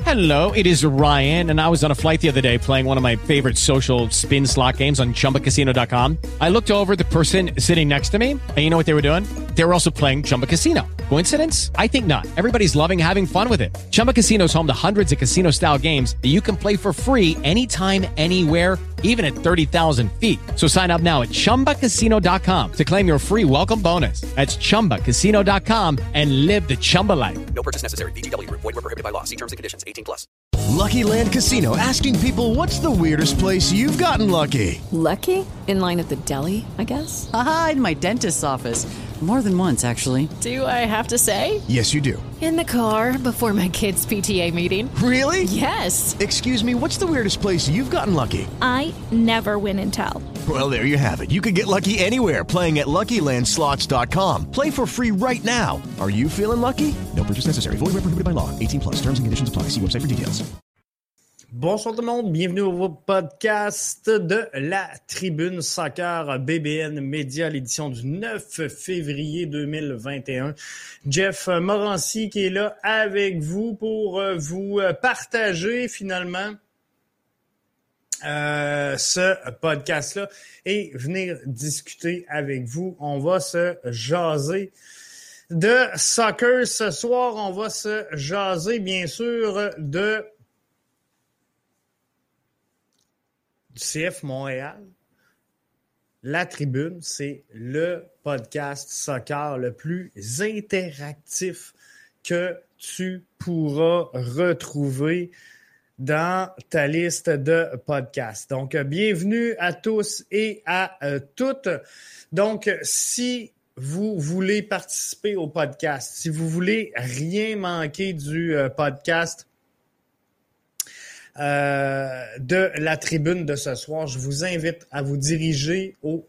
Hello, it is Ryan, and I was on a flight the other day playing one of my favorite social spin slot games on ChumbaCasino.com. I looked over at the person sitting next to me, and you know what they were doing? They were also playing Chumba Casino. Coincidence? I think not. Everybody's loving having fun with it. Chumba Casino is home to hundreds of casino-style games that you can play for free anytime, anywhere, even at 30,000 feet. So sign up now at ChumbaCasino.com to claim your free welcome bonus. That's ChumbaCasino.com and live the Chumba life. No purchase necessary. VGW. Void were prohibited by law. See terms and conditions. 18+. Lucky Land Casino, asking people, what's the weirdest place you've gotten lucky? Lucky? In line at the deli, I guess? Aha, in my dentist's office. More than once, actually. Do I have to say? Yes, you do. In the car before my kids' PTA meeting. Really? Yes. Excuse me, what's the weirdest place you've gotten lucky? I never win and tell. Well, there you have it. You can get lucky anywhere, playing at LuckyLandSlots.com. Play for free right now. Are you feeling lucky? No purchase necessary. Void where prohibited by law. 18+. Terms and conditions apply. See website for details. Bonsoir tout le monde, bienvenue au podcast de la Tribune Soccer BBN Média, l'édition du 9 février 2021. Jeff Morancy qui est là avec vous pour vous partager finalement ce podcast-là et venir discuter avec vous. On va se jaser de soccer ce soir. On va se jaser bien sûr du CF Montréal. La Tribune, c'est le podcast soccer le plus interactif que tu pourras retrouver dans ta liste de podcasts. Donc, bienvenue à tous et à toutes. Donc, si vous voulez participer au podcast, si vous voulez rien manquer du podcast de la Tribune de ce soir, je vous invite à vous diriger au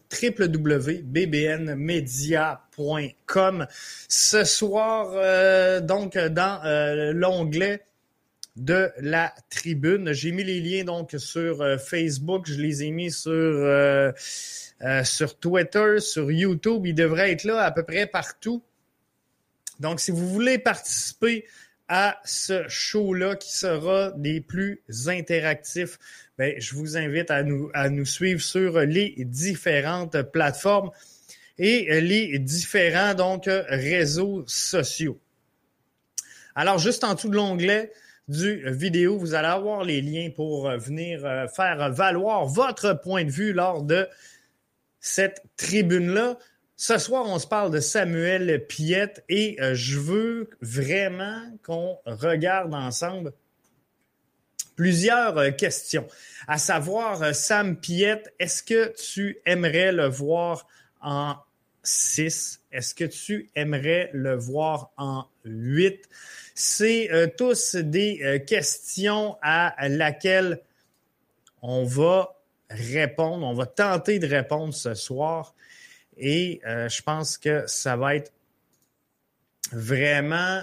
www.bbnmedia.com. Ce soir, donc, dans l'onglet de la Tribune, j'ai mis les liens donc sur Facebook, je les ai mis sur Twitter, sur YouTube. Ils devraient être là à peu près partout. Donc, si vous voulez participer à ce show-là qui sera des plus interactifs, ben, je vous invite à nous suivre sur les différentes plateformes et les différents donc réseaux sociaux. Alors, juste en dessous de l'onglet du vidéo, vous allez avoir les liens pour venir faire valoir votre point de vue lors de cette tribune-là. Ce soir, on se parle de Samuel Piette et je veux vraiment qu'on regarde ensemble plusieurs questions. À savoir, Sam Piette, est-ce que tu aimerais le voir en 6? Est-ce que tu aimerais le voir en 8? C'est tous des questions à laquelle on va répondre, on va tenter de répondre ce soir. Et je pense que ça va être vraiment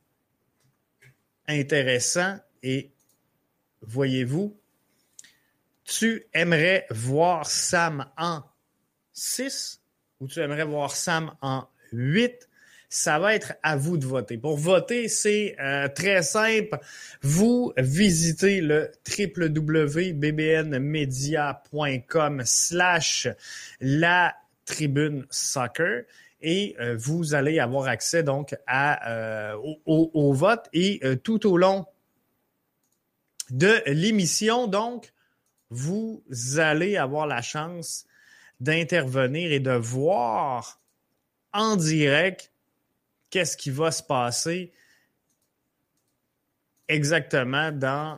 intéressant. Et voyez-vous, tu aimerais voir Sam en 6 ou tu aimerais voir Sam en 8? Ça va être à vous de voter. Pour voter, c'est très simple. Vous visitez le www.bbnmedia.com/la Tribune Soccer et vous allez avoir accès donc au vote et tout au long de l'émission, donc, vous allez avoir la chance d'intervenir et de voir en direct qu'est-ce qui va se passer exactement dans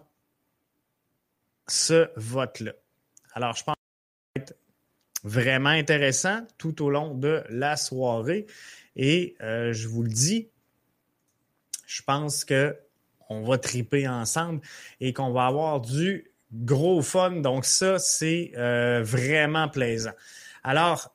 ce vote-là. Alors, je pense que ça va être vraiment intéressant tout au long de la soirée. Et je vous le dis, je pense qu'on va triper ensemble et qu'on va avoir du gros fun. Donc ça, c'est vraiment plaisant. Alors,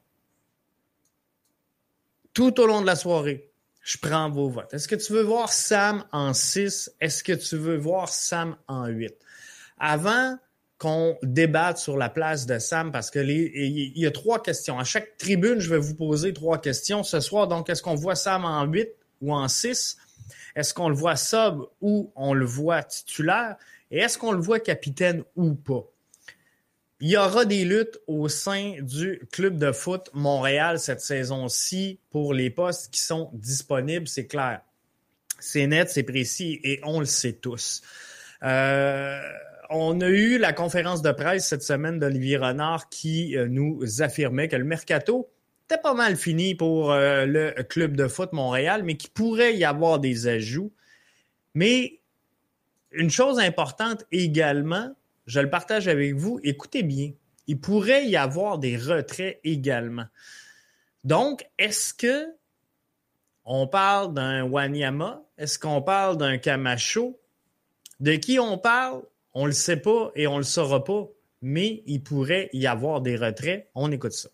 tout au long de la soirée, je prends vos votes. Est-ce que tu veux voir Sam en 6? Est-ce que tu veux voir Sam en 8? Avant qu'on débatte sur la place de Sam, parce que il y a 3 questions. À chaque tribune, je vais vous poser 3 questions ce soir. Donc, est-ce qu'on voit Sam en 8 ou en 6? Est-ce qu'on le voit sub ou on le voit titulaire? Et est-ce qu'on le voit capitaine ou pas? Il y aura des luttes au sein du club de foot Montréal cette saison-ci pour les postes qui sont disponibles, c'est clair. C'est net, c'est précis et on le sait tous. On a eu la conférence de presse cette semaine d'Olivier Renard qui nous affirmait que le mercato était pas mal fini pour le club de foot Montréal, mais qu'il pourrait y avoir des ajouts. Mais une chose importante également, je le partage avec vous, écoutez bien, il pourrait y avoir des retraits également. Donc, est-ce que on parle d'un Wanyama? Est-ce qu'on parle d'un Camacho? De qui on parle? On le sait pas et on le saura pas, mais il pourrait y avoir des retraits. On écoute ça.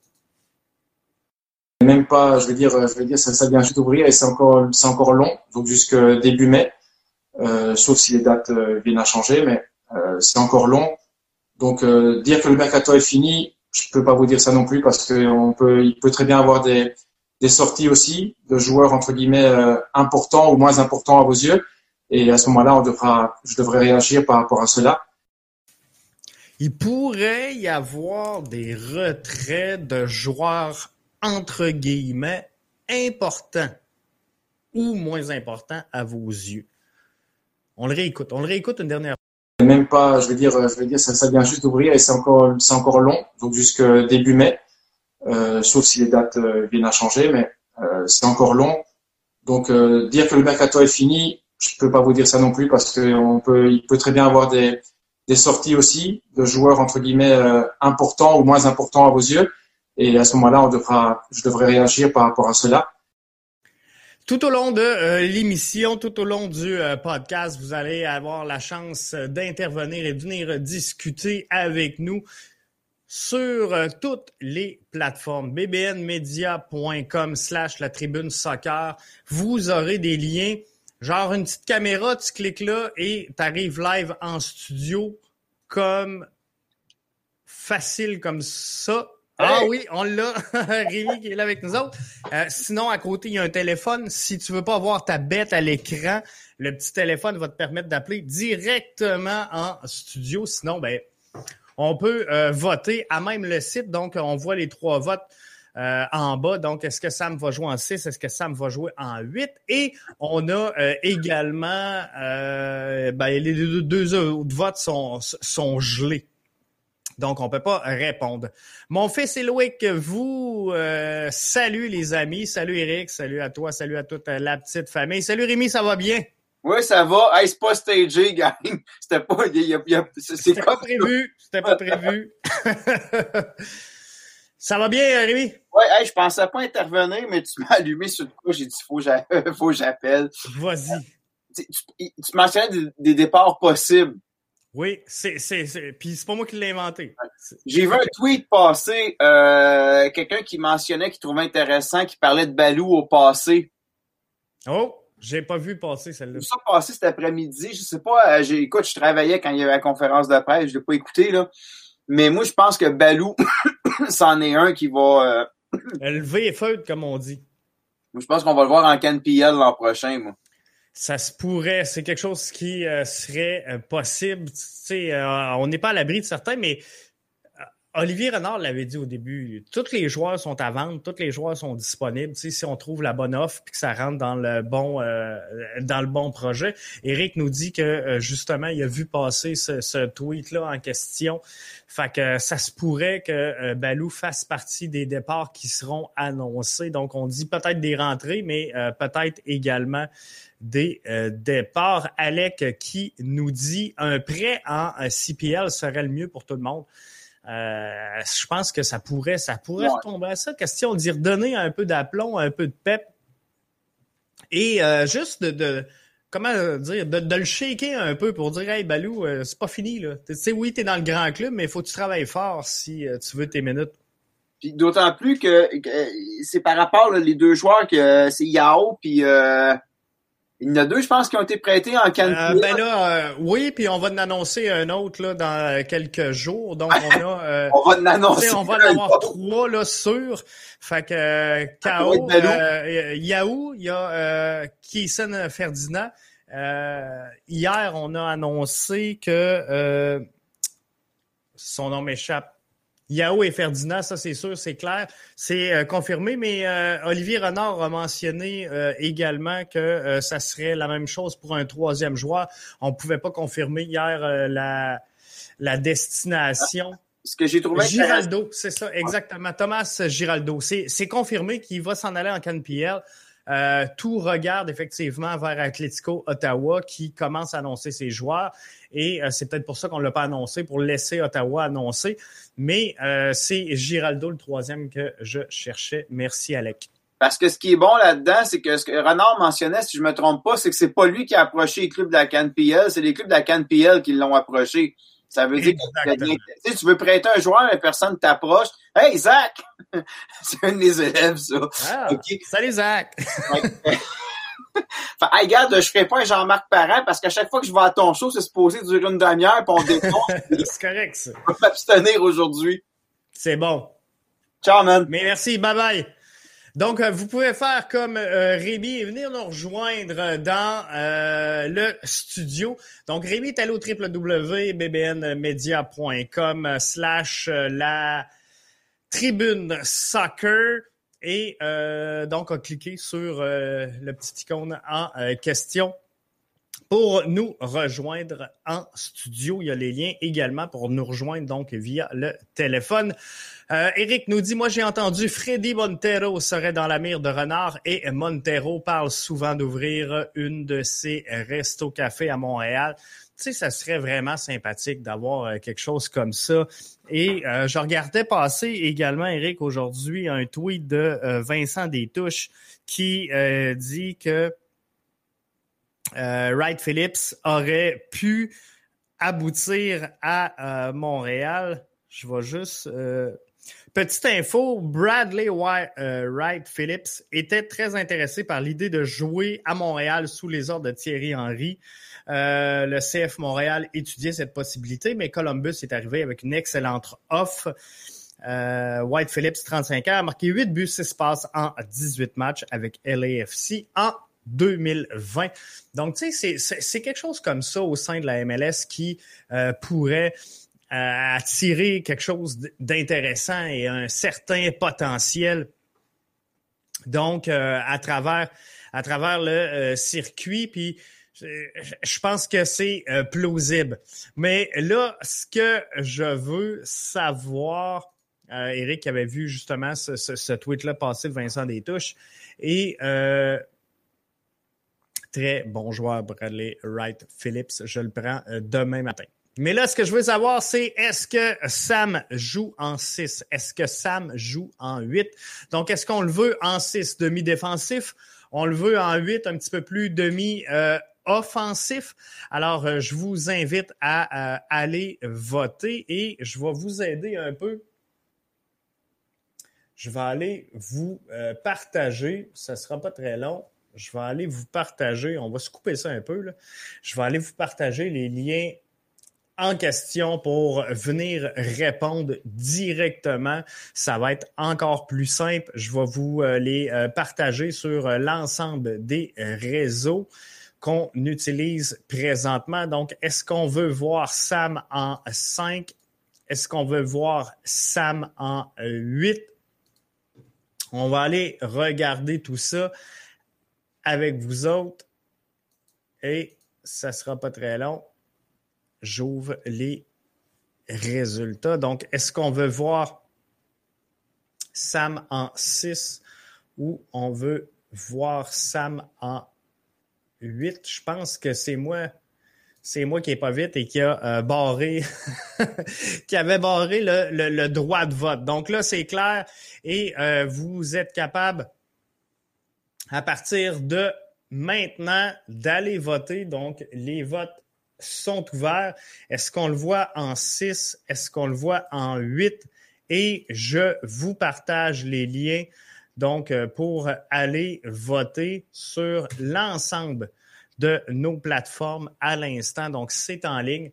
Même pas, je veux dire, ça vient juste d'ouvrir et c'est encore long, donc jusque début mai, sauf si les dates viennent à changer, mais c'est encore long. Donc dire que le mercato est fini, je peux pas vous dire ça non plus parce que il peut très bien avoir des sorties aussi de joueurs entre guillemets importants ou moins importants à vos yeux. Et à ce moment-là, je devrais réagir par rapport à cela. Il pourrait y avoir des retraits de joueurs entre guillemets importants ou moins importants à vos yeux. On le réécoute une dernière fois. Même pas, je veux dire, ça vient juste d'ouvrir et c'est encore long, donc jusque début mai, sauf si les dates viennent à changer, mais c'est encore long. Donc dire que le mercato est fini, je peux pas vous dire ça non plus parce que il peut très bien avoir des sorties aussi de joueurs entre guillemets importants ou moins importants à vos yeux. Et à ce moment-là, je devrais réagir par rapport à cela. Tout au long de l'émission, tout au long du podcast, vous allez avoir la chance d'intervenir et de venir discuter avec nous sur toutes les plateformes. bbnmedia.com/la tribune soccer. Vous aurez des liens, genre une petite caméra, tu cliques là et tu arrives live en studio comme facile comme ça. Ah oui, on l'a, Rémi qui est là avec nous autres. Sinon, à côté, il y a un téléphone. Si tu veux pas voir ta bête à l'écran, le petit téléphone va te permettre d'appeler directement en studio. Sinon, on peut voter à même le site. Donc, on voit les 3 votes en bas. Donc, est-ce que Sam va jouer en 6? Est-ce que Sam va jouer en 8? Et on a également... les deux autres votes sont gelés. Donc, on peut pas répondre. Mon fils Loïc vous salue les amis. Salut Eric, salut à toi, salut à toute la petite famille. Salut Rémi, ça va bien? Oui, ça va. Hey, c'est pas stagé, gang. C'était pas... C'était pas prévu. C'était pas prévu. Ça va bien, Rémi? Oui, hey, je pensais pas intervenir, mais tu m'as allumé sur le coup. J'ai dit, faut que j'appelle. Vas-y. Tu mentionnais des départs possibles. Oui, puis c'est pas moi qui l'ai inventé. J'ai vu un tweet passer, quelqu'un qui mentionnait, qui trouvait intéressant, qui parlait de Balou au passé. Oh, j'ai pas vu passer celle-là. J'ai vu ça passer cet après-midi, je sais pas, écoute, je travaillais quand il y avait la conférence de presse, je l'ai pas écouté, là. Mais moi, je pense que Balou, c'en est un qui va... lever et feutre, comme on dit. Moi, je pense qu'on va le voir en CanPL l'an prochain, moi. Ça se pourrait, c'est quelque chose qui serait possible. Tu sais, on n'est pas à l'abri de certains, mais Olivier Renard l'avait dit au début, tous les joueurs sont à vendre, tous les joueurs sont disponibles. Tu sais, si on trouve la bonne offre et que ça rentre dans le bon projet. Eric nous dit que justement, il a vu passer ce tweet-là en question. Fait que ça se pourrait que Balou fasse partie des départs qui seront annoncés. Donc, on dit peut-être des rentrées, mais peut-être également des départs. Alec qui nous dit un prêt en CPL serait le mieux pour tout le monde. Je pense que ça pourrait retomber à ça. Question de dire donner un peu d'aplomb, un peu de pep et juste de le shaker un peu pour dire hey Balou, c'est pas fini là. Tu sais oui, t'es dans le grand club, mais il faut que tu travailles fort si tu veux tes minutes. Puis d'autant plus que c'est par rapport là, les deux joueurs que c'est Yao puis Il y en a 2, je pense, qui ont été prêtés en Cannes. Oui, puis on va en annoncer un autre là, dans quelques jours. Donc, on a... on va en annoncer. On va en avoir 3 là, sûrs. Fait que K.O., Yahoo, il y a Kieson Ferdinand. Hier, on a annoncé que son nom m'échappe. Yahoo et Ferdinand, ça c'est sûr, c'est clair, c'est confirmé, mais Olivier Renard a mentionné également que ça serait la même chose pour un 3e joueur. On ne pouvait pas confirmer hier la destination. Ce que j'ai trouvé Giraldo, c'est ça, exactement. Thomas Giraldo. C'est confirmé qu'il va s'en aller en CanPL. Tout regarde effectivement vers Atlético Ottawa qui commence à annoncer ses joueurs et c'est peut-être pour ça qu'on ne l'a pas annoncé, pour laisser Ottawa annoncer. Mais c'est Giraldo le 3e que je cherchais. Merci, Alec. Parce que ce qui est bon là-dedans, c'est que ce que Renard mentionnait, si je me trompe pas, c'est que c'est pas lui qui a approché les clubs de la CanPL, c'est les clubs de la CanPL qui l'ont approché. Ça veut dire que tu veux prêter un joueur et personne t'approche. Hey, Zach! C'est un de mes élèves, ça. Ah, okay. Salut, Zach! Hey, regarde, je ferai pas un Jean-Marc Parent parce qu'à chaque fois que je vais à ton show, c'est supposé durer une demi-heure puis on défonce. C'est correct, ça. Je vais m'abstenir aujourd'hui. C'est bon. Ciao, man. Mais merci, bye-bye. Donc, vous pouvez faire comme Rémi et venir nous rejoindre dans le studio. Donc, Rémi est allé au www.bbnmedia.com/la tribune soccer et donc a cliqué sur le petit icône en question pour nous rejoindre en studio. Il y a les liens également pour nous rejoindre donc via le téléphone. Eric nous dit, moi j'ai entendu Freddy Montero serait dans la mire de Renard et Montero parle souvent d'ouvrir une de ses restos-cafés à Montréal. Tu sais, ça serait vraiment sympathique d'avoir quelque chose comme ça. Et je regardais passer également, Eric, aujourd'hui, un tweet de Vincent Destouches qui dit que Wright Phillips aurait pu aboutir à Montréal. Je vais juste... Petite info, Bradley Wright Phillips était très intéressé par l'idée de jouer à Montréal sous les ordres de Thierry Henry. Le CF Montréal étudiait cette possibilité, mais Columbus est arrivé avec une excellente offre. Wright Phillips, 35 ans, a marqué 8 buts, 6 passes en 18 matchs avec LAFC en 2020. Donc, tu sais, c'est quelque chose comme ça au sein de la MLS qui pourrait attirer quelque chose d'intéressant et un certain potentiel. Donc, à travers le circuit, puis je pense que c'est plausible. Mais là, ce que je veux savoir, Eric avait vu justement ce tweet-là passer de Vincent Destouches, et très bon joueur, Bradley Wright Phillips, je le prends demain matin. Mais là, ce que je veux savoir, c'est est-ce que Sam joue en 6? Est-ce que Sam joue en 8? Donc, est-ce qu'on le veut en 6 demi-défensif? On le veut en 8, un petit peu plus demi-offensif. Alors, je vous invite à aller voter et je vais vous aider un peu. Je vais aller vous partager. Ça ne sera pas très long. Je vais aller vous partager. On va se couper ça un peu, là. Je vais aller vous partager les liens en question pour venir répondre directement. Ça va être encore plus simple. Je vais vous les partager sur l'ensemble des réseaux qu'on utilise présentement. Donc, est-ce qu'on veut voir Sam en 5? Est-ce qu'on veut voir Sam en 8? On va aller regarder tout ça avec vous autres et ça sera pas très long. J'ouvre les résultats. Donc, est-ce qu'on veut voir Sam en 6 ou on veut voir Sam en 8? Je pense que c'est moi qui n'est pas vite et qui a barré, qui avait barré le droit de vote. Donc là, c'est clair et vous êtes capable, à partir de maintenant, d'aller voter. Donc, les votes sont ouverts. Est-ce qu'on le voit en 6? Est-ce qu'on le voit en 8? Et je vous partage les liens donc pour aller voter sur l'ensemble de nos plateformes à l'instant. Donc, c'est en ligne.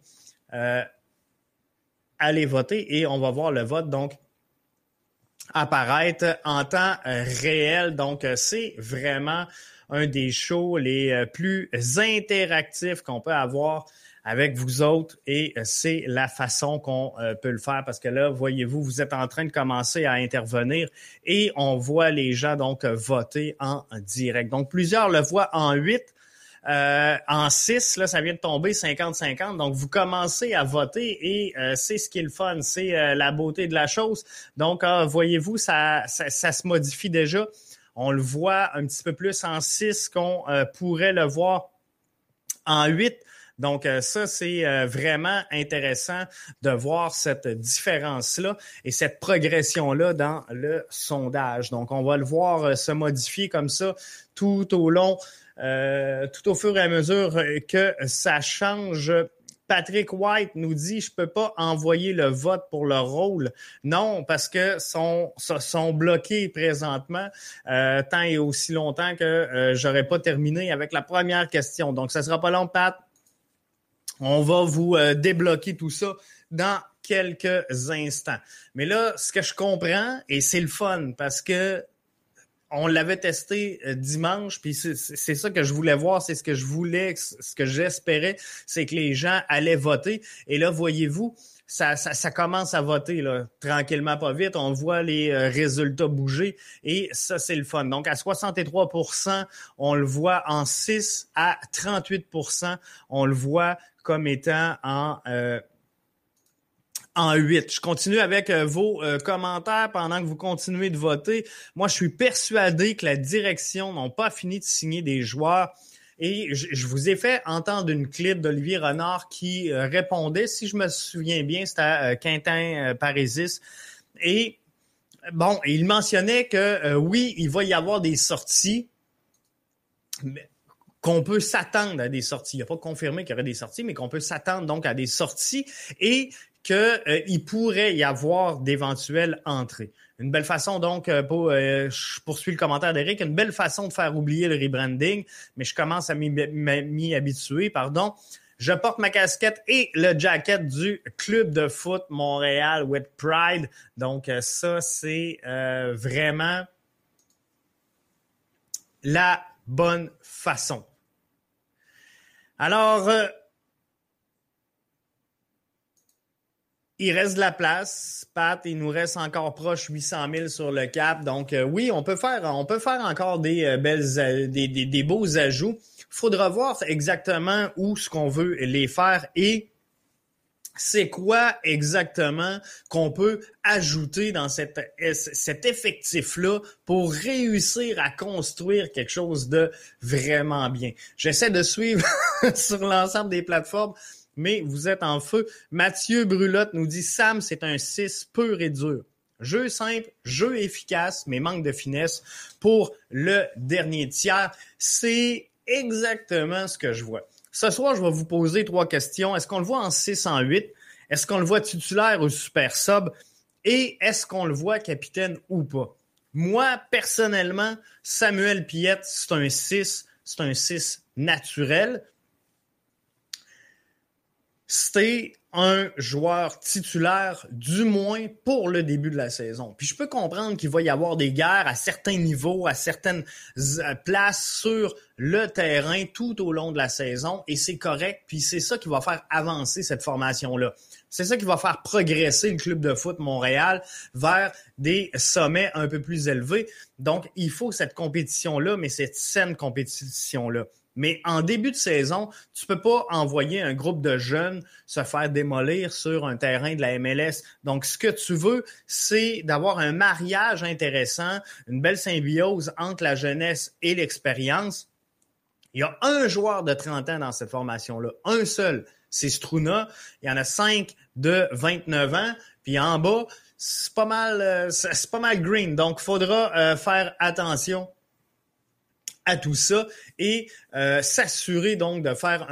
Allez voter et on va voir le vote donc apparaître en temps réel. Donc, c'est vraiment un des shows les plus interactifs qu'on peut avoir avec vous autres et c'est la façon qu'on peut le faire parce que là, voyez-vous, vous êtes en train de commencer à intervenir et on voit les gens donc voter en direct. Donc, plusieurs le voient en 8. En 6, là, ça vient de tomber 50-50. Donc, vous commencez à voter et c'est ce qui est le fun. C'est la beauté de la chose. Donc, voyez-vous, ça se modifie déjà. On le voit un petit peu plus en 6 qu'on pourrait le voir en 8. Donc, ça, c'est vraiment intéressant de voir cette différence-là et cette progression-là dans le sondage. Donc, on va le voir se modifier comme ça tout au long, tout au fur et à mesure que ça change. Patrick White nous dit « Je peux pas envoyer le vote pour le rôle. » Non, parce que sont bloqués présentement tant et aussi longtemps que j'aurais pas terminé avec la première question. Donc, ça sera pas long, Pat. On va vous débloquer tout ça dans quelques instants. Mais là, ce que je comprends, et c'est le fun, parce que on l'avait testé dimanche, puis c'est ça que je voulais voir, c'est ce que je voulais, ce que j'espérais, c'est que les gens allaient voter. Et là, voyez-vous, ça commence à voter là, tranquillement, pas vite. On voit les résultats bouger et ça, c'est le fun. Donc, à 63%, on le voit en 6, à 38%, on le voit comme étant en 8. Je continue avec vos commentaires pendant que vous continuez de voter. Moi, je suis persuadé que la direction n'a pas fini de signer des joueurs. Et je vous ai fait entendre une clip d'Olivier Renard qui répondait, si je me souviens bien, c'était à Quentin Parésis. Et bon, il mentionnait que oui, il va y avoir des sorties, mais qu'on peut s'attendre à des sorties. Il n'a pas confirmé qu'il y aurait des sorties, mais qu'on peut s'attendre donc à des sorties et qu'il pourrait y avoir d'éventuelles entrées. Une belle façon donc, je poursuis le commentaire d'Éric, une belle façon de faire oublier le rebranding, mais je commence à m'y habituer, pardon. Je porte ma casquette et le jacket du Club de foot Montréal with Pride. Donc ça, c'est vraiment la bonne façon. Alors, il reste de la place. Pat, il nous reste encore proche 800 000 sur le cap. Donc, oui, on peut faire encore des des beaux ajouts. Il faudra voir exactement où ce qu'on veut les faire et c'est quoi exactement qu'on peut ajouter dans cet effectif-là pour réussir à construire quelque chose de vraiment bien. J'essaie de suivre sur l'ensemble des plateformes, mais vous êtes en feu. Mathieu Brulotte nous dit « Sam, c'est un 6 pur et dur. Jeu simple, jeu efficace, mais manque de finesse pour le dernier tiers. » C'est exactement ce que je vois. Ce soir, je vais vous poser 3 questions. Est-ce qu'on le voit en 6, en 8? Est-ce qu'on le voit titulaire ou super sub? Et est-ce qu'on le voit capitaine ou pas? Moi, personnellement, Samuel Piette, c'est un 6 naturel. C'était un joueur titulaire, du moins pour le début de la saison. Puis je peux comprendre qu'il va y avoir des guerres à certains niveaux, à certaines places sur le terrain tout au long de la saison, et c'est correct, puis c'est ça qui va faire avancer cette formation-là. C'est ça qui va faire progresser le Club de foot Montréal vers des sommets un peu plus élevés. Donc, il faut cette compétition-là, mais cette saine compétition-là. Mais en début de saison, tu peux pas envoyer un groupe de jeunes se faire démolir sur un terrain de la MLS. Donc, ce que tu veux, c'est d'avoir un mariage intéressant, une belle symbiose entre la jeunesse et l'expérience. Il y a un joueur de 30 ans dans cette formation-là, un seul, c'est Struna. Il y en a 5 de 29 ans, puis en bas, c'est pas mal green. Donc, il faudra faire attention à tout ça et s'assurer donc de faire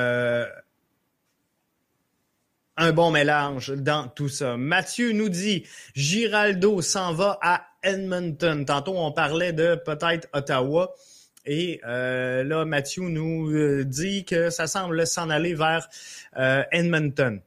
un bon mélange dans tout ça. Mathieu nous dit « Giraldo s'en va à Edmonton ». Tantôt, on parlait de peut-être Ottawa. Et là, Mathieu nous dit que ça semble s'en aller vers Edmonton.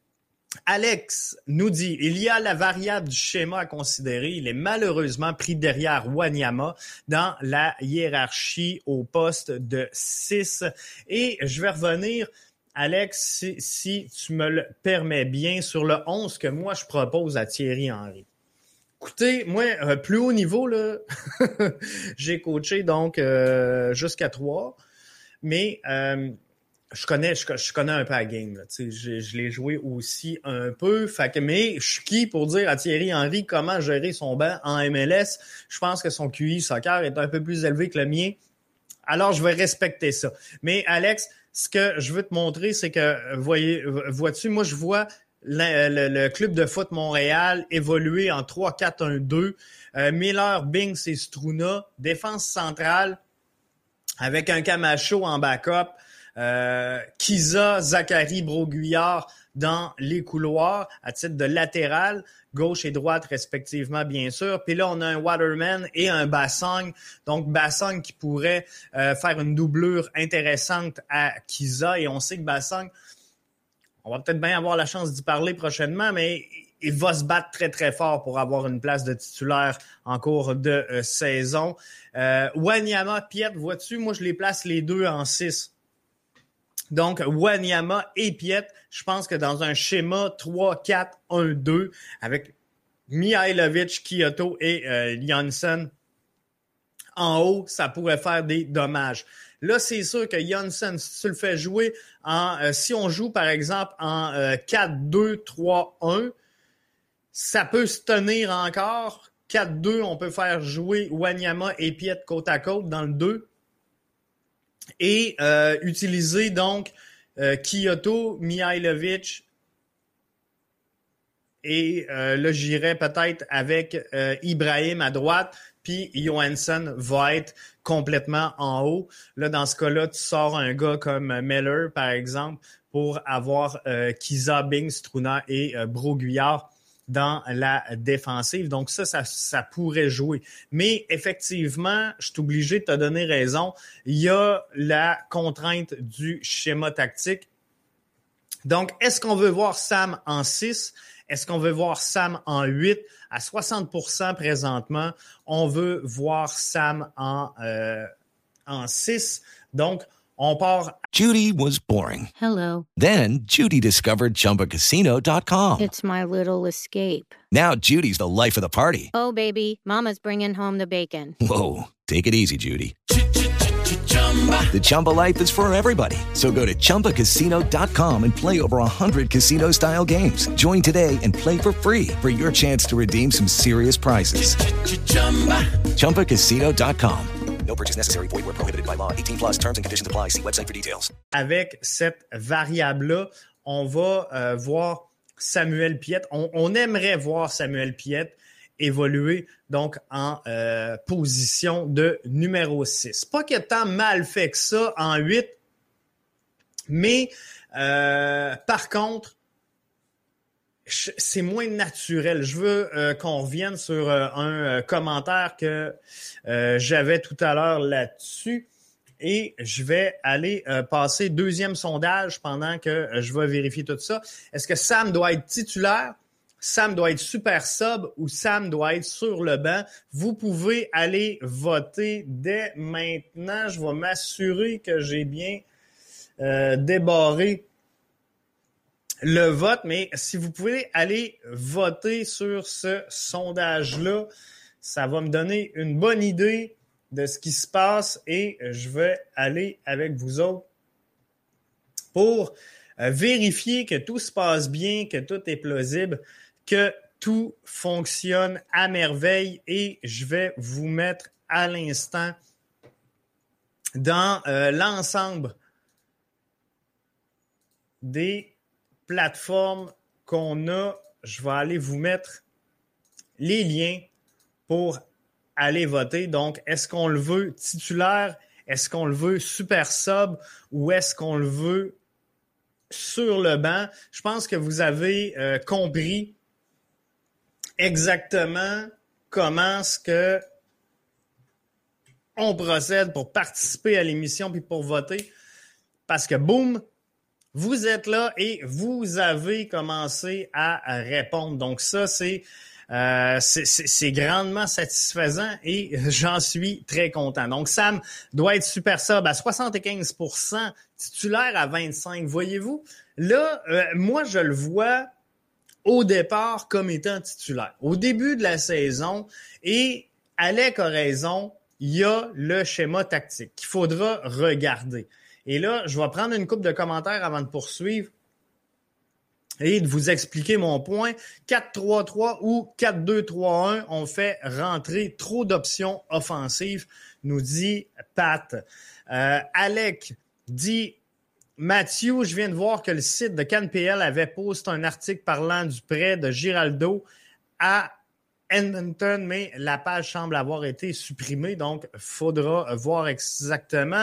Alex nous dit, il y a la variable du schéma à considérer. Il est malheureusement pris derrière Wanyama dans la hiérarchie au poste de 6. Et je vais revenir, Alex, si tu me le permets bien, sur le 11 que moi je propose à Thierry Henry. Écoutez, moi, plus haut niveau, là, j'ai coaché donc jusqu'à 3, mais je connais un peu la game, là, tu sais, je l'ai joué aussi un peu, mais je suis qui pour dire à Thierry Henry comment gérer son banc en MLS? Je pense que son QI soccer est un peu plus élevé que le mien, alors je vais respecter ça. Mais Alex, ce que je veux te montrer, c'est que, vois-tu, moi je vois le club de foot Montréal évoluer en 3-4-1-2, Miller, Binks et Struna, défense centrale avec un Camacho en backup, Kiza, Zachary, Broguillard dans les couloirs à titre de latéral, gauche et droite respectivement, bien sûr. Puis là, on a un Waterman et un Bassang. Donc, Bassang qui pourrait faire une doublure intéressante à Kiza. Et on sait que Bassang, on va peut-être bien avoir la chance d'y parler prochainement, mais il va se battre très, très fort pour avoir une place de titulaire en cours de saison. Wanyama, Piet, vois-tu, moi, je les place les deux en 6. Donc, Wanyama et Piet, je pense que dans un schéma 3-4-1-2 avec Mihailovic, Kyoto et Janssen en haut, ça pourrait faire des dommages. Là, c'est sûr que Janssen, si tu le fais jouer si on joue par exemple en 4-2-3-1, ça peut se tenir encore. 4-2, on peut faire jouer Wanyama et Piet côte à côte dans le 2. Et utiliser donc Kyoto, Mihailovic et là j'irais peut-être avec Ibrahim à droite, puis Johansson va être complètement en haut. Là, dans ce cas-là, tu sors un gars comme Miller, par exemple, pour avoir Kiza, Bing, Struna et Broguillard dans la défensive. Donc ça pourrait jouer. Mais effectivement, je suis obligé de te donner raison. Il y a la contrainte du schéma tactique. Donc, est-ce qu'on veut voir Sam en 6? Est-ce qu'on veut voir Sam en 8? À 60% présentement, on veut voir Sam en 6. Donc, on part. Judy was boring. Hello. Then Judy discovered ChumbaCasino.com. It's my little escape. Now Judy's the life of the party. Oh, baby, mama's bringing home the bacon. Whoa, take it easy, Judy. The Chumba life is for everybody. So go to ChumbaCasino.com and play over 100 casino-style games. Join today and play for free for your chance to redeem some serious prizes. ChumbaCasino.com. No purchase necessary. Void where prohibited by law. 18+ terms and conditions apply. See website for details. Avec cette variable-là, on va voir Samuel Piet. On aimerait voir Samuel Piet évoluer donc en position de numéro 6. Pas qu'il y ait tant mal fait que ça en 8, mais par contre, c'est moins naturel. Je veux qu'on revienne sur un commentaire que j'avais tout à l'heure là-dessus et je vais aller passer deuxième sondage pendant que je vais vérifier tout ça. Est-ce que Sam doit être titulaire? Sam doit être super sub ou Sam doit être sur le banc? Vous pouvez aller voter dès maintenant. Je vais m'assurer que j'ai bien débarré le vote, mais si vous pouvez aller voter sur ce sondage-là, ça va me donner une bonne idée de ce qui se passe et je vais aller avec vous autres pour vérifier que tout se passe bien, que tout est plausible, que tout fonctionne à merveille et je vais vous mettre à l'instant dans l'ensemble des plateformes qu'on a. Je vais aller vous mettre les liens pour aller voter. Donc, est-ce qu'on le veut titulaire? Est-ce qu'on le veut super sub? Ou est-ce qu'on le veut sur le banc? Je pense que vous avez compris exactement comment est-ce que on procède pour participer à l'émission puis pour voter. Parce que, boum, vous êtes là et vous avez commencé à répondre. Donc ça, c'est grandement satisfaisant et j'en suis très content. Donc Sam doit être super sub à 75%, titulaire à 25%. Voyez-vous, là, moi, je le vois au départ comme étant titulaire. Au début de la saison, et Alec a raison, il y a le schéma tactique qu'il faudra regarder. Et là, je vais prendre une couple de commentaires avant de poursuivre et de vous expliquer mon point. 4-3-3 ou 4-2-3-1 ont fait rentrer trop d'options offensives, nous dit Pat. Alec dit... Mathieu, je viens de voir que le site de CanPL avait posté un article parlant du prêt de Giraldo à Edmonton, mais la page semble avoir été supprimée, donc il faudra voir exactement.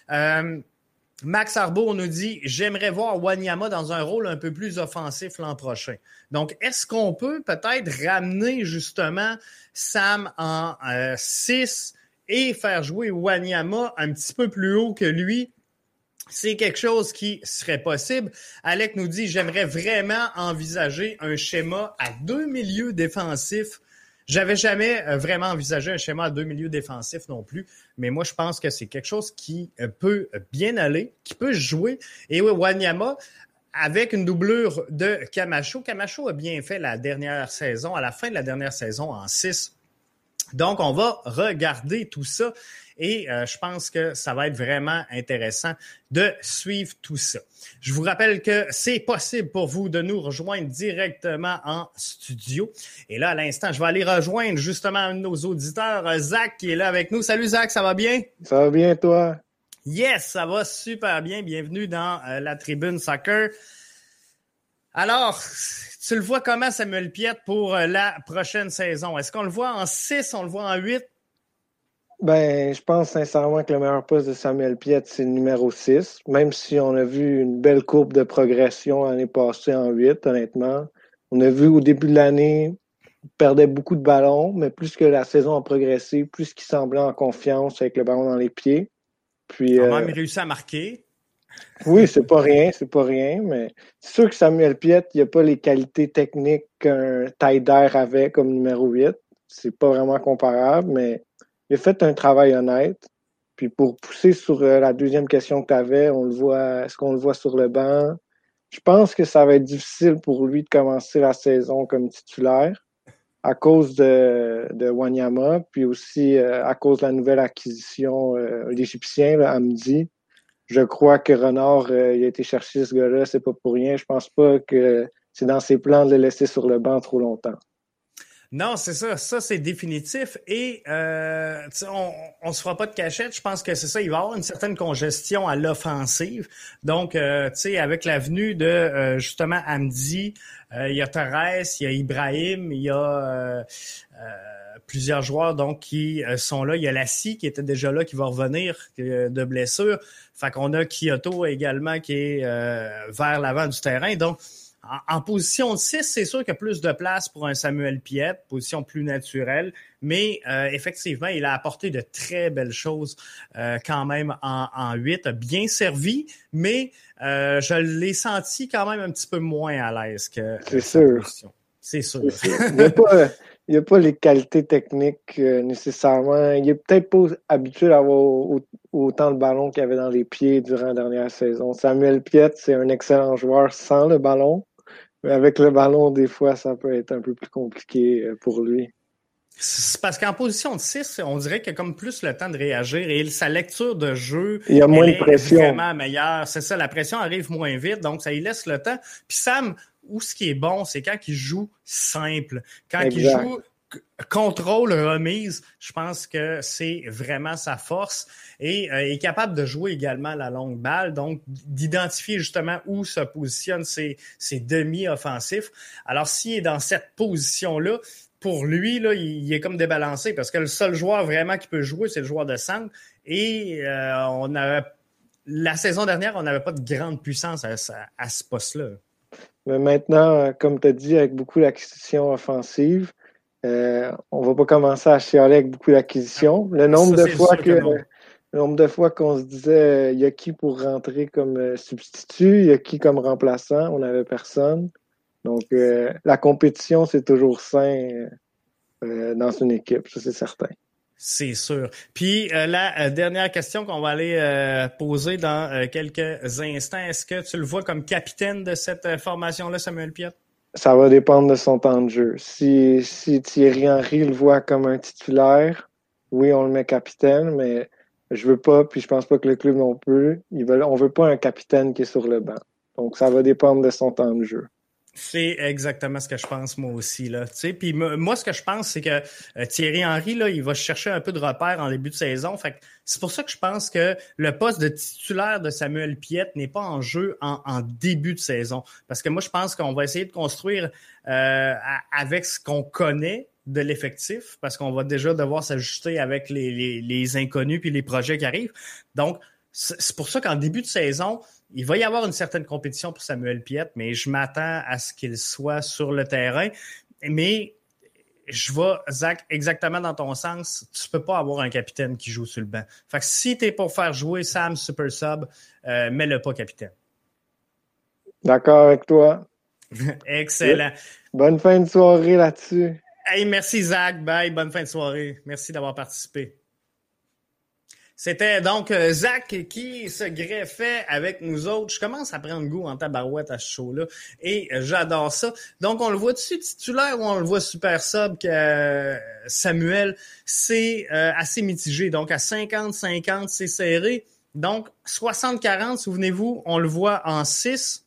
Max Arbour nous dit « J'aimerais voir Wanyama dans un rôle un peu plus offensif l'an prochain. » Donc, est-ce qu'on peut peut-être ramener justement Sam en 6 et faire jouer Wanyama un petit peu plus haut que lui? C'est quelque chose qui serait possible. Alec nous dit « J'aimerais vraiment envisager un schéma à 2 milieux défensifs. » J'avais jamais vraiment envisagé un schéma à 2 milieux défensifs non plus, mais moi, je pense que c'est quelque chose qui peut bien aller, qui peut jouer. Et oui, Wanyama, avec une doublure de Camacho. Camacho a bien fait la dernière saison, à la fin de la dernière saison, en 6. Donc, on va regarder tout ça. Et je pense que ça va être vraiment intéressant de suivre tout ça. Je vous rappelle que c'est possible pour vous de nous rejoindre directement en studio. Et là, à l'instant, je vais aller rejoindre justement un de nos auditeurs, Zach, qui est là avec nous. Salut Zach, ça va bien? Ça va bien, toi? Yes, ça va super bien. Bienvenue dans la Tribune Soccer. Alors, tu le vois comment, Samuel Piette, pour la prochaine saison? Est-ce qu'on le voit en 6, on le voit en 8? Ben, je pense sincèrement que le meilleur poste de Samuel Piette, c'est le numéro 6, même si on a vu une belle courbe de progression l'année passée en 8, honnêtement. On a vu au début de l'année, il perdait beaucoup de ballons, mais plus que la saison a progressé, plus qu'il semblait en confiance avec le ballon dans les pieds. Puis, il a même réussi à marquer. Oui, c'est pas rien, mais c'est sûr que Samuel Piette, il n'a pas les qualités techniques qu'un Taider avait comme numéro 8. C'est pas vraiment comparable, mais il a fait un travail honnête. Puis pour pousser sur la deuxième question que tu avais, est-ce qu'on le voit sur le banc? Je pense que ça va être difficile pour lui de commencer la saison comme titulaire à cause de Wanyama, puis aussi à cause de la nouvelle acquisition, l'Égyptien, là, Hamdi. Je crois que Renard, il a été chercher ce gars-là, c'est pas pour rien. Je pense pas que c'est dans ses plans de le laisser sur le banc trop longtemps. Non, c'est ça. Ça, c'est définitif. Et on se fera pas de cachette. Je pense que c'est ça. Il va y avoir une certaine congestion à l'offensive. Donc, tu sais, avec la venue de justement Hamdi, il y a Torres, il y a Ibrahim, il y a plusieurs joueurs donc qui sont là. Il y a Lassie qui était déjà là, qui va revenir de blessure. Fait qu'on a Kyoto également qui est vers l'avant du terrain. Donc, en position de 6, c'est sûr qu'il y a plus de place pour un Samuel Piette, position plus naturelle, mais effectivement, il a apporté de très belles choses quand même en 8, a bien servi, mais je l'ai senti quand même un petit peu moins à l'aise que sa position. C'est sûr. Il n'a pas les qualités techniques nécessairement. Il n'est peut-être pas habitué à avoir autant de ballons qu'il avait dans les pieds durant la dernière saison. Samuel Piette, c'est un excellent joueur sans le ballon. Mais avec le ballon, des fois, ça peut être un peu plus compliqué pour lui. C'est parce qu'en position de 6, on dirait qu'il a comme plus le temps de réagir et sa lecture de jeu il y a moins de pression. Est vraiment meilleure. C'est ça, la pression arrive moins vite, donc ça lui laisse le temps. Puis Sam, où ce qui est bon, c'est quand il joue simple. Quand il joue contrôle, remise, je pense que c'est vraiment sa force et est capable de jouer également la longue balle, donc d'identifier justement où se positionnent ses demi-offensifs. Alors, s'il est dans cette position-là, pour lui, là, il est comme débalancé parce que le seul joueur vraiment qui peut jouer, c'est le joueur de centre et la saison dernière, on n'avait pas de grande puissance à ce poste-là. Mais maintenant, comme tu as dit, avec beaucoup d'acquisitions offensives, On va pas commencer à chialer avec beaucoup d'acquisitions. Le nombre de fois qu'on se disait il y a qui pour rentrer comme substitut, il y a qui comme remplaçant, on n'avait personne. Donc la compétition, c'est toujours sain dans une équipe, ça c'est certain. C'est sûr. Puis la dernière question qu'on va aller poser dans quelques instants, est-ce que tu le vois comme capitaine de cette formation-là, Samuel Piette? Ça va dépendre de son temps de jeu. Si Thierry Henry le voit comme un titulaire, oui, on le met capitaine, mais je veux pas, puis je pense pas que le club non plus. On veut pas un capitaine qui est sur le banc. Donc, ça va dépendre de son temps de jeu. C'est exactement ce que je pense moi aussi là. Tu sais, puis moi ce que je pense c'est que Thierry Henry là, il va chercher un peu de repères en début de saison. Fait que c'est pour ça que je pense que le poste de titulaire de Samuel Piette n'est pas en jeu en début de saison. Parce que moi je pense qu'on va essayer de construire avec ce qu'on connaît de l'effectif, parce qu'on va déjà devoir s'ajuster avec les inconnus puis les projets qui arrivent. Donc c'est pour ça qu'en début de saison, il va y avoir une certaine compétition pour Samuel Piette, mais je m'attends à ce qu'il soit sur le terrain. Mais je vais, Zach, exactement dans ton sens. Tu peux pas avoir un capitaine qui joue sur le banc. Fait que si t'es pour faire jouer Sam Super Sub, mets-le pas capitaine. D'accord avec toi. Excellent. Bonne fin de soirée là-dessus. Hey, merci Zach. Bye. Bonne fin de soirée. Merci d'avoir participé. C'était donc Zach qui se greffait avec nous autres. Je commence à prendre goût en tabarouette à ce show-là et j'adore ça. Donc, on le voit-tu titulaire ou on le voit super sub que Samuel? C'est assez mitigé. Donc, à 50-50, c'est serré. Donc, 60-40, souvenez-vous, on le voit en 6.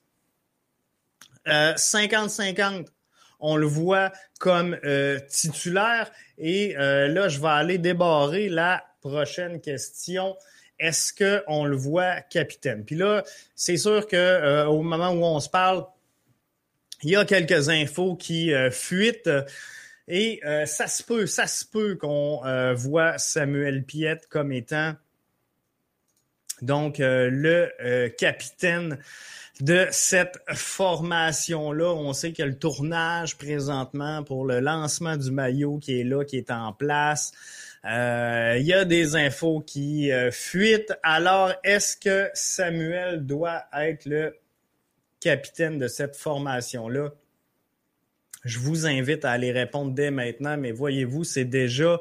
50-50, on le voit comme titulaire. Et là, je vais aller débarrer la prochaine question. Est-ce qu'on le voit capitaine? Puis là, c'est sûr que au moment où on se parle, il y a quelques infos qui fuitent et ça se peut qu'on voit Samuel Piette comme étant donc le capitaine de cette formation-là. On sait qu'il y a le tournage présentement pour le lancement du maillot qui est là, qui est en place. Il y a des infos qui fuitent. Alors, est-ce que Samuel doit être le capitaine de cette formation-là? Je vous invite à aller répondre dès maintenant, mais voyez-vous, c'est déjà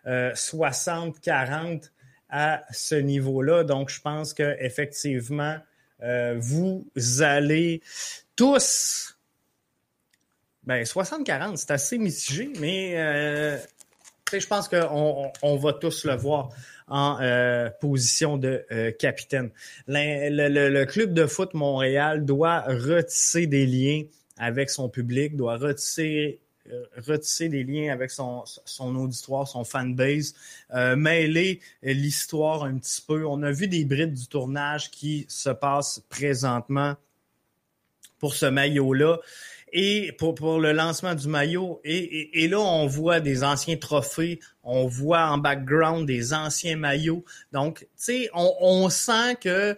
60-40 à ce niveau-là. Donc, je pense qu'effectivement, vous allez tous... 60-40, c'est assez mitigé, mais... je pense qu'on va tous le voir en position de capitaine. Le club de foot Montréal doit retisser des liens avec son public, doit retisser des liens avec son auditoire, son fanbase, mêler l'histoire un petit peu. On a vu des brides du tournage qui se passent présentement pour ce maillot-là. Et pour le lancement du maillot, et là, on voit des anciens trophées, on voit en background des anciens maillots. Donc, tu sais, on sent que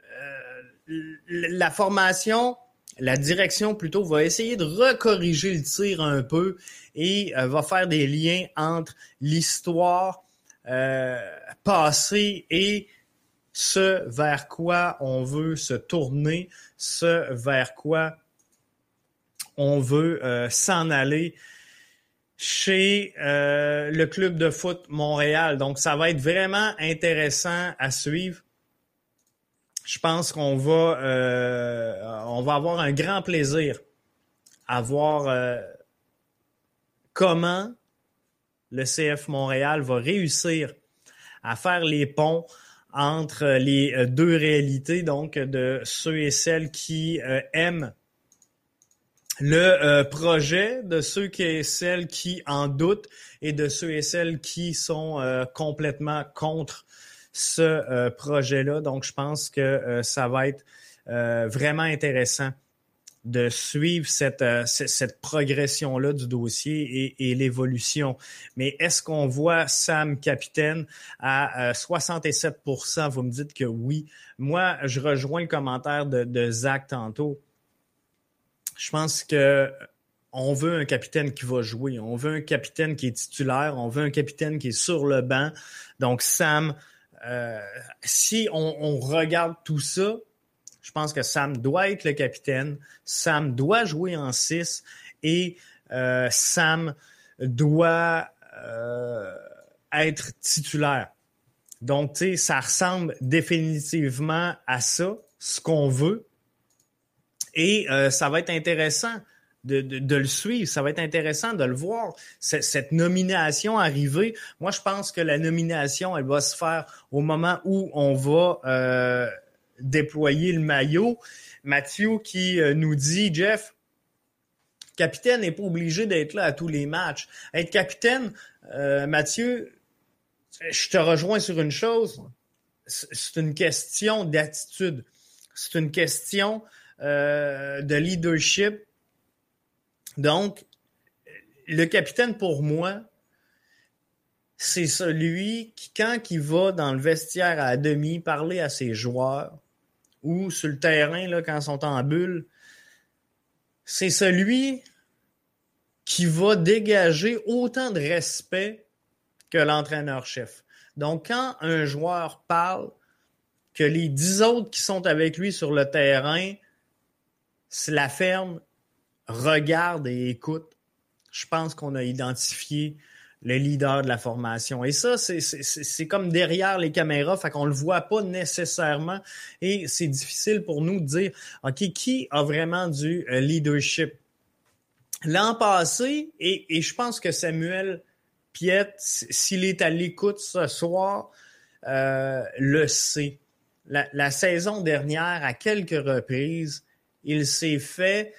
la formation, la direction plutôt, va essayer de recorriger le tir un peu et va faire des liens entre l'histoire passée et ce vers quoi on veut se tourner, ce vers quoi on veut s'en aller chez le club de foot Montréal. Donc, ça va être vraiment intéressant à suivre. Je pense qu'on va avoir un grand plaisir à voir comment le CF Montréal va réussir à faire les ponts entre les deux réalités, donc de ceux et celles qui aiment le projet, de ceux et celles qui en doutent et de ceux et celles qui sont complètement contre ce projet-là. Donc, je pense que ça va être vraiment intéressant de suivre cette progression-là du dossier et l'évolution. Mais est-ce qu'on voit Sam capitaine à 67%? Vous me dites que oui. Moi, je rejoins le commentaire de Zach tantôt. Je pense que on veut un capitaine qui va jouer. On veut un capitaine qui est titulaire. On veut un capitaine qui est sur le banc. Donc, Sam, si on regarde tout ça, je pense que Sam doit être le capitaine. Sam doit jouer en 6 et Sam doit être titulaire. Donc, tu sais, ça ressemble définitivement à ça, ce qu'on veut. Et ça va être intéressant de le suivre. Ça va être intéressant de le voir. Cette nomination arriver. Moi, je pense que la nomination, elle va se faire au moment où on va déployer le maillot. Mathieu qui nous dit, Jeff, capitaine n'est pas obligé d'être là à tous les matchs. Être capitaine, Mathieu, je te rejoins sur une chose. C'est une question d'attitude. C'est une question de leadership. Donc, le capitaine, pour moi, c'est celui qui, quand il va dans le vestiaire à demi, parler à ses joueurs, ou sur le terrain, là, quand ils sont en bulle, c'est celui qui va dégager autant de respect que l'entraîneur-chef. Donc, quand un joueur parle, que les 10 autres qui sont avec lui sur le terrain se la ferment, regardent et écoutent, je pense qu'on a identifié le leader de la formation. Et ça, c'est comme derrière les caméras, fait qu'on le voit pas nécessairement. Et c'est difficile pour nous de dire, OK, qui a vraiment du leadership? L'an passé, et je pense que Samuel Piette, s'il est à l'écoute ce soir, le sait. La saison dernière, à quelques reprises, il s'est fait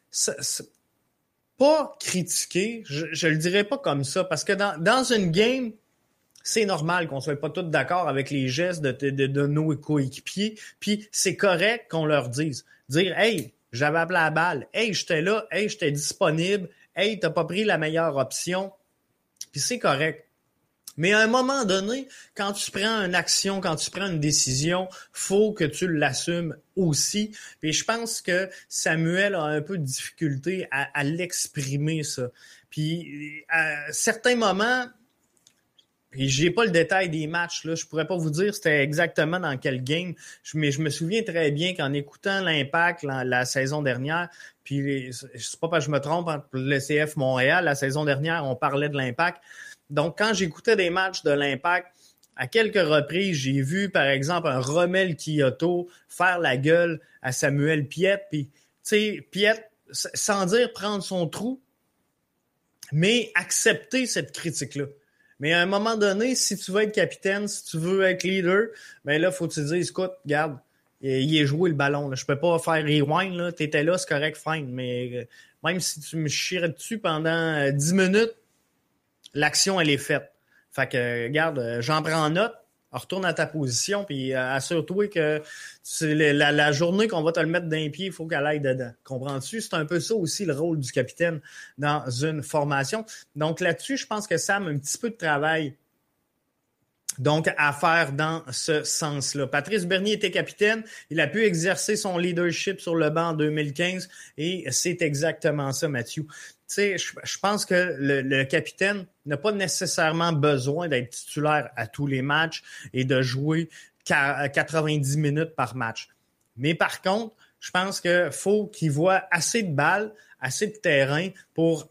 pas critiquer, je le dirais pas comme ça, parce que dans une game, c'est normal qu'on soit pas tous d'accord avec les gestes de nos coéquipiers, puis c'est correct qu'on leur dise. Dire, hey, j'avais appelé la balle, hey, j'étais là, hey, j'étais disponible, hey, t'as pas pris la meilleure option, puis c'est correct. Mais à un moment donné, quand tu prends une action, quand tu prends une décision, faut que tu l'assumes aussi. Puis je pense que Samuel a un peu de difficulté à l'exprimer, ça. Puis à certains moments, puis j'ai pas le détail des matchs, là, je pourrais pas vous dire c'était exactement dans quel game, mais je me souviens très bien qu'en écoutant l'Impact la saison dernière, puis c'est pas parce que je me trompe, pour le CF Montréal, la saison dernière, on parlait de l'Impact. Donc, quand j'écoutais des matchs de l'Impact, à quelques reprises, j'ai vu, par exemple, un Romel Kyoto faire la gueule à Samuel Piette. Puis, tu sais, Piette, sans dire prendre son trou, mais accepter cette critique-là. Mais à un moment donné, si tu veux être capitaine, si tu veux être leader, ben là, faut que tu te dises, écoute, regarde, il est joué le ballon. Là. Je peux pas faire rewind. Là. T'étais là, c'est correct, fine. Mais même si tu me chierais dessus pendant 10 minutes, l'action, elle est faite. Fait que, regarde, j'en prends note, retourne à ta position, puis assure-toi que la journée qu'on va te le mettre d'un pied, il faut qu'elle aille dedans. Comprends-tu? C'est un peu ça aussi le rôle du capitaine dans une formation. Donc là-dessus, je pense que Sam a un petit peu de travail donc à faire dans ce sens-là. Patrice Bernier était capitaine, il a pu exercer son leadership sur le banc en 2015 et c'est exactement ça, Mathieu. Tu sais, je pense que le capitaine n'a pas nécessairement besoin d'être titulaire à tous les matchs et de jouer 90 minutes par match. Mais par contre, je pense qu'il faut qu'il voit assez de balles, assez de terrain pour,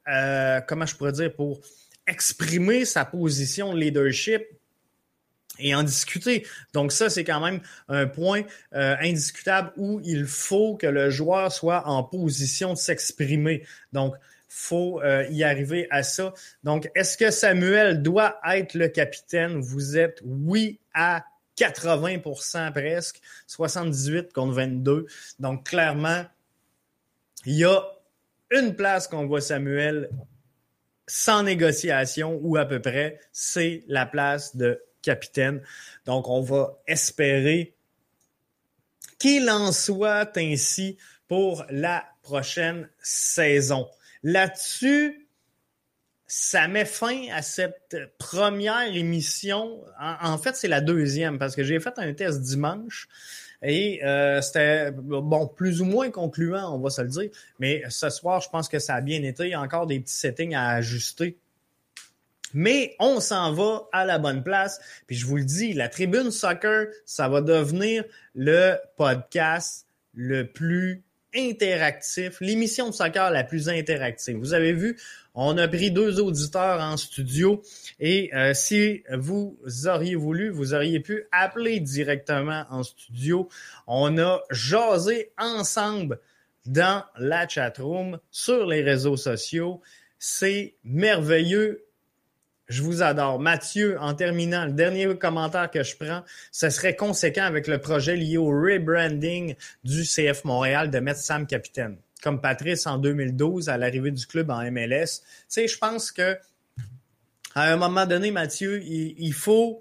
pour exprimer sa position de leadership et en discuter. Donc ça, c'est quand même un point indiscutable où il faut que le joueur soit en position de s'exprimer. Donc, faut y arriver à ça. Donc, est-ce que Samuel doit être le capitaine? Vous êtes oui à 80% presque, 78 contre 22. Donc, clairement, il y a une place qu'on voit Samuel sans négociation ou à peu près, c'est la place de capitaine. Donc, on va espérer qu'il en soit ainsi pour la prochaine saison. Là-dessus, ça met fin à cette première émission. En fait, c'est la deuxième parce que j'ai fait un test dimanche Et c'était, bon, plus ou moins concluant, on va se le dire. Mais ce soir, je pense que ça a bien été. Il y a encore des petits settings à ajuster. Mais on s'en va à la bonne place. Puis je vous le dis, la Tribune Soccer, ça va devenir le podcast le plus interactif, l'émission de soccer la plus interactive. Vous avez vu, on a pris 2 auditeurs en studio et si vous auriez voulu, vous auriez pu appeler directement en studio. On a jasé ensemble dans la chatroom, sur les réseaux sociaux. C'est merveilleux. Je vous adore. Mathieu, en terminant, le dernier commentaire que je prends, ce serait conséquent avec le projet lié au rebranding du CF Montréal de mettre Sam capitaine. Comme Patrice en 2012 à l'arrivée du club en MLS. Tu sais, je pense que à un moment donné, Mathieu, il faut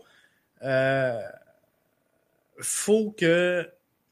que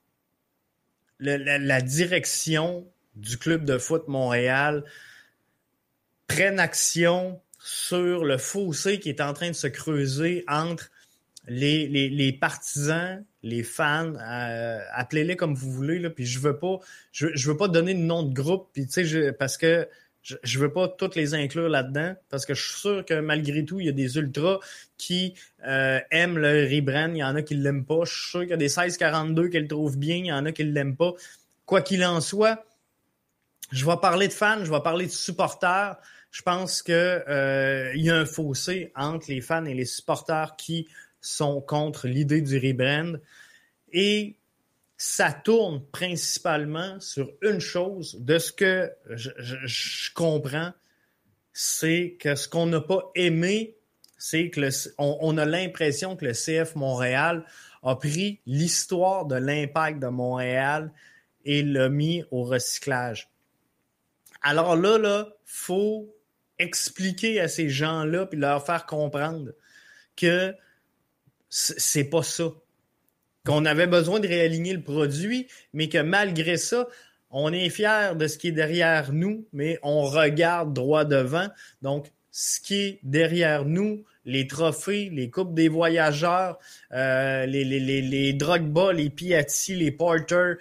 la direction du club de foot Montréal prenne action sur le fossé qui est en train de se creuser entre les partisans, les fans, appelez-les comme vous voulez, là, puis je veux pas donner de nom de groupe, puis tu sais, parce que je veux pas toutes les inclure là-dedans, parce que je suis sûr que malgré tout, il y a des ultras qui aiment le rebrand, il y en a qui l'aiment pas, je suis sûr qu'il y a des 16-42 qui le trouvent bien, il y en a qui l'aiment pas. Quoi qu'il en soit, je vais parler de fans, je vais parler de supporters. Je pense que y a un fossé entre les fans et les supporters qui sont contre l'idée du rebrand. Et ça tourne principalement sur une chose. De ce que je comprends, c'est que ce qu'on n'a pas aimé, c'est que on a l'impression que le CF Montréal a pris l'histoire de l'Impact de Montréal et l'a mis au recyclage. Alors là, faut expliquer à ces gens-là puis leur faire comprendre que c'est pas ça. Qu'on avait besoin de réaligner le produit, mais que malgré ça, on est fiers de ce qui est derrière nous, mais on regarde droit devant. Donc, ce qui est derrière nous, les trophées, les coupes des voyageurs, les Drogba, les Piatti, les Porter,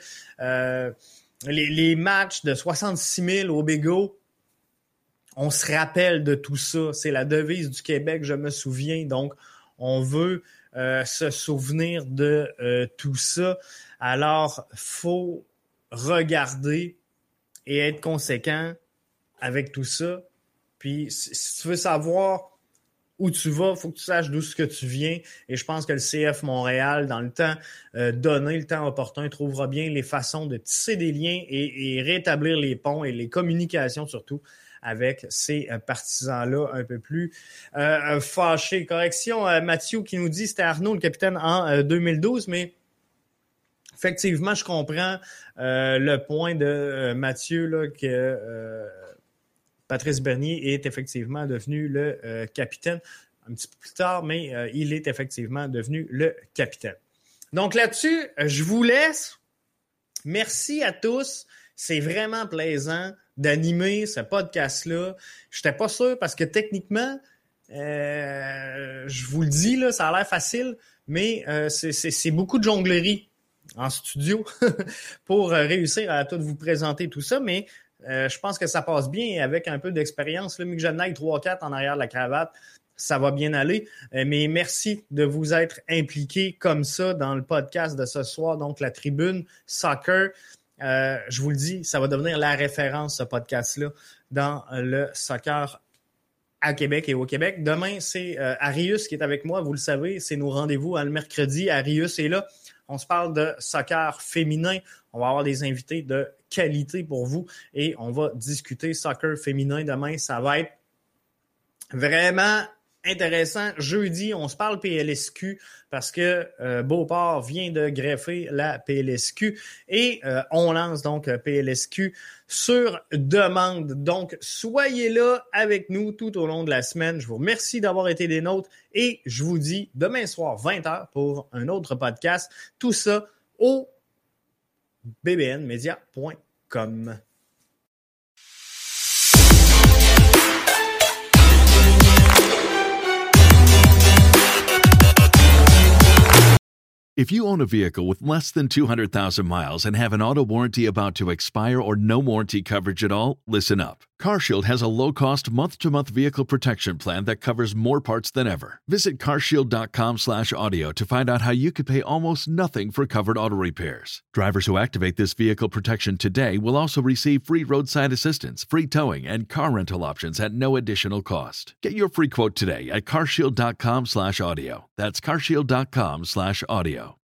les matchs de 66 000 au Bigot, on se rappelle de tout ça. C'est la devise du Québec, je me souviens. Donc, on veut se souvenir de tout ça. Alors, faut regarder et être conséquent avec tout ça. Puis, si tu veux savoir où tu vas, il faut que tu saches d'où ce que tu viens. Et je pense que le CF Montréal, dans le temps donné, le temps opportun, trouvera bien les façons de tisser des liens et rétablir les ponts et les communications surtout avec ces partisans-là un peu plus fâchés. Correction, Mathieu qui nous dit c'était Arnaud le capitaine en 2012, mais effectivement, je comprends le point de Mathieu là, que Patrice Bernier est effectivement devenu le capitaine un petit peu plus tard, mais il est effectivement devenu le capitaine. Donc là-dessus, je vous laisse. Merci à tous. C'est vraiment plaisant d'animer ce podcast-là. Je n'étais pas sûr parce que techniquement, je vous le dis, là, ça a l'air facile, mais c'est beaucoup de jonglerie en studio pour réussir à tout vous présenter tout ça, mais je pense que ça passe bien avec un peu d'expérience. Là, mais que j'en aille 3-4 en arrière de la cravate, ça va bien aller. Mais merci de vous être impliqués comme ça dans le podcast de ce soir, donc la Tribune Soccer. Je vous le dis, ça va devenir la référence, ce podcast-là, dans le soccer à Québec et au Québec. Demain, c'est Arius qui est avec moi, vous le savez, c'est nos rendez-vous le mercredi. Arius est là. On se parle de soccer féminin. On va avoir des invités de qualité pour vous et on va discuter soccer féminin demain. Ça va être vraiment intéressant. Jeudi, on se parle PLSQ parce que Beauport vient de greffer la PLSQ et on lance donc PLSQ sur demande. Donc, soyez là avec nous tout au long de la semaine. Je vous remercie d'avoir été des nôtres et je vous dis demain soir 20h pour un autre podcast. Tout ça au bbnmedia.com. If you own a vehicle with less than 200,000 miles and have an auto warranty about to expire or no warranty coverage at all, listen up. CarShield has a low-cost month-to-month vehicle protection plan that covers more parts than ever. Visit carshield.com/audio to find out how you could pay almost nothing for covered auto repairs. Drivers who activate this vehicle protection today will also receive free roadside assistance, free towing, and car rental options at no additional cost. Get your free quote today at carshield.com/audio. That's carshield.com/audio.